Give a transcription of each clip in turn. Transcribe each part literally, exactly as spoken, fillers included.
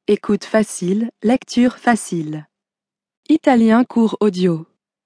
Écoute facile, lecture facile. Italien cours audio.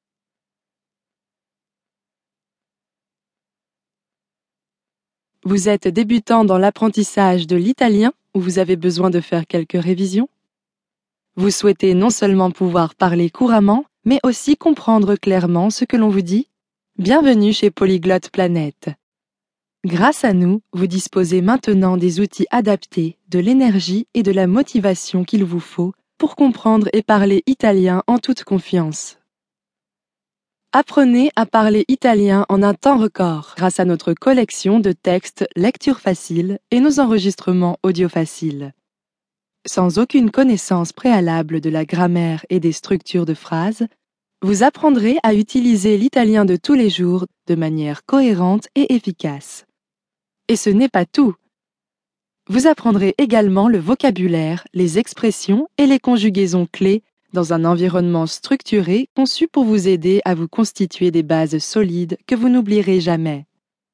Vous êtes débutant dans l'apprentissage de l'italien ou vous avez besoin de faire quelques révisions? Vous souhaitez non seulement pouvoir parler couramment, mais aussi comprendre clairement ce que l'on vous dit? Bienvenue chez Polyglotte Planète. Grâce à nous, vous disposez maintenant des outils adaptés, de l'énergie et de la motivation qu'il vous faut pour comprendre et parler italien en toute confiance. Apprenez à parler italien en un temps record grâce à notre collection de textes lecture facile et nos enregistrements audio faciles. Sans aucune connaissance préalable de la grammaire et des structures de phrases, vous apprendrez à utiliser l'italien de tous les jours de manière cohérente et efficace. Et ce n'est pas tout. Vous apprendrez également le vocabulaire, les expressions et les conjugaisons clés dans un environnement structuré conçu pour vous aider à vous constituer des bases solides que vous n'oublierez jamais.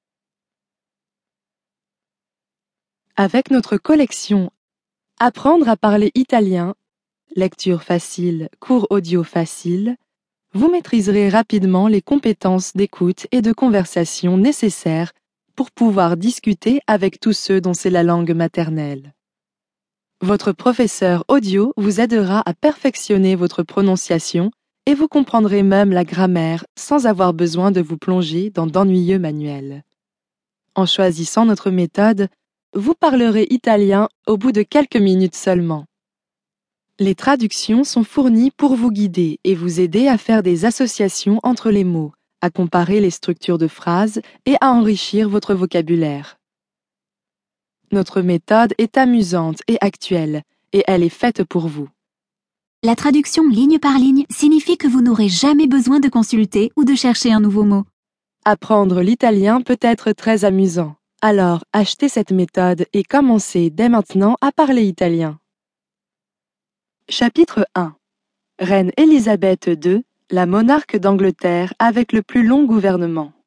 Avec notre collection Apprendre à parler italien, lecture facile, cours audio facile, vous maîtriserez rapidement les compétences d'écoute et de conversation nécessaires pour pouvoir discuter avec tous ceux dont c'est la langue maternelle. Votre professeur audio vous aidera à perfectionner votre prononciation et vous comprendrez même la grammaire sans avoir besoin de vous plonger dans d'ennuyeux manuels. En choisissant notre méthode, vous parlerez italien au bout de quelques minutes seulement. Les traductions sont fournies pour vous guider et vous aider à faire des associations entre les mots, à comparer les structures de phrases et à enrichir votre vocabulaire. Notre méthode est amusante et actuelle, et elle est faite pour vous. La traduction ligne par ligne signifie que vous n'aurez jamais besoin de consulter ou de chercher un nouveau mot. Apprendre l'italien peut être très amusant. Alors, achetez cette méthode et commencez dès maintenant à parler italien. Chapitre un. Reine Élisabeth deux, la monarque d'Angleterre avec le plus long gouvernement.